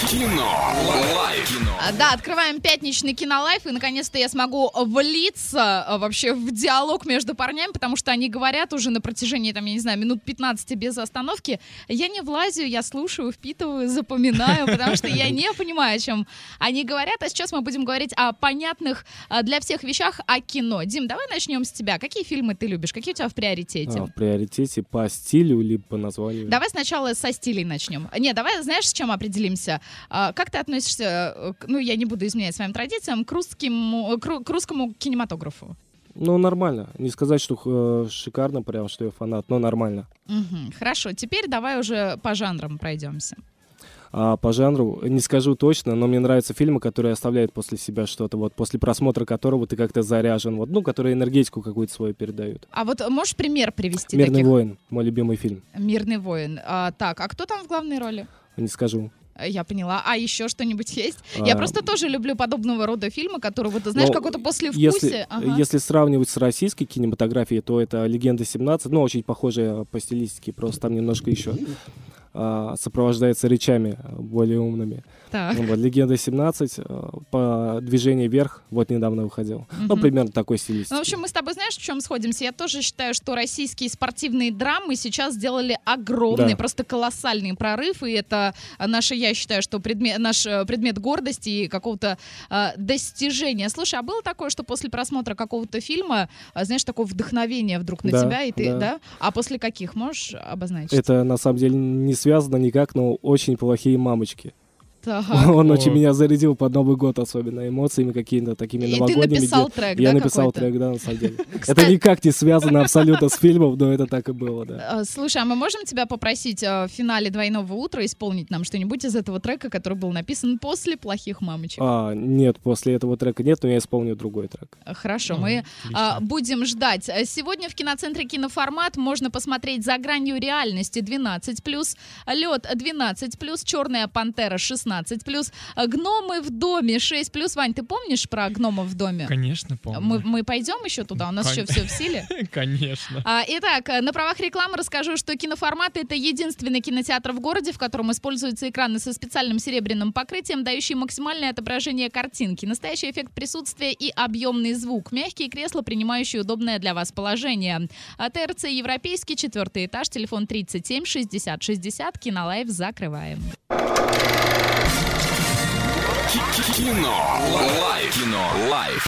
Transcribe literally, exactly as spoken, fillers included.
Кино. Лайф. Да, открываем пятничный кинолайф, и наконец-то я смогу влиться вообще в диалог между парнями, потому что они говорят уже на протяжении, там, я не знаю, минут пятнадцать без остановки. Я не влазю, я слушаю, впитываю, запоминаю, потому что я не понимаю, о чем они говорят. А сейчас мы будем говорить о понятных для всех вещах о кино. Дим, давай начнем с тебя. Какие фильмы ты любишь? Какие у тебя в приоритете? А, в приоритете по стилю либо по названию? Давай сначала со стилей начнем. Не, давай, знаешь, с чем определимся? А, как ты относишься, ну, я не буду изменять своим традициям, к русскому, к, к русскому кинематографу? Ну, нормально. Не сказать, что э, шикарно, прям, что я фанат, но нормально. Угу, хорошо, теперь давай уже по жанрам пройдемся. А по жанру не скажу точно, но мне нравятся фильмы, которые оставляют после себя что-то, вот после просмотра которого ты как-то заряжен, вот, ну, которые энергетику какую-то свою передают. А вот можешь пример привести? «Мирный таких? воин», мой любимый фильм. «Мирный воин». А, так, а кто там в главной роли? Не скажу. Я поняла. А еще что-нибудь есть? А... Я просто тоже люблю подобного рода фильмы, которые, вот, знаешь, какое-то послевкусие. Если, ага. если сравнивать с российской кинематографией, то это «Легенда семнадцать», ну, очень похожая по стилистике, просто там немножко еще а, сопровождается речами более умными. Так. Вот, «Легенда семнадцать», по «Движение вверх», вот недавно выходил. Mm-hmm. Ну, примерно такой стилистики. Ну, в общем, мы с тобой, знаешь, в чем сходимся? Я тоже считаю, что российские спортивные драмы сейчас сделали огромный, да. просто колоссальный прорыв, и это наша, я считаю, что предмет, наш предмет гордости и какого-то э, достижения. Слушай, а было такое, что после просмотра какого-то фильма, знаешь, такое вдохновение вдруг на да, тебя, и ты, да. да? А после каких, можешь обозначить? Это, на самом деле, не связано никак, но «Очень плохие мамочки». Так. Он О. очень меня зарядил под Новый год, особенно эмоциями какими-то такими и новогодними. И ты написал трек, Я да, написал какой-то? трек, да, на самом деле. Это никак не связано абсолютно с фильмом, но это так и было, да. Слушай, а мы можем тебя попросить в финале «Двойного утра» исполнить нам что-нибудь из этого трека, который был написан после «Плохих мамочек»? А, нет, после этого трека нет, но я исполню другой трек. Хорошо, Mm, мы а, будем ждать. Сегодня в киноцентре «Киноформат» можно посмотреть «За гранью реальности» двенадцать плюс, «Лед» двенадцать плюс, «Черная пантера» шестнадцать плюс, «Гномы в доме» шесть плюс. Вань, ты помнишь про «Гномов в доме»? Конечно, помню. Мы, мы пойдем еще туда? У нас Кон... еще все в силе? Конечно. А, итак, на правах рекламы расскажу, что «Киноформат» — это единственный кинотеатр в городе, в котором используются экраны со специальным серебряным покрытием, дающие максимальное отображение картинки, настоящий эффект присутствия и объемный звук, мягкие кресла, принимающие удобное для вас положение. А ТРЦ «Европейский», четвертый этаж, телефон тридцать семь шестьдесят шестьдесят. Кинолайф закрываем. Кино. Лайф. Кино. Лайф.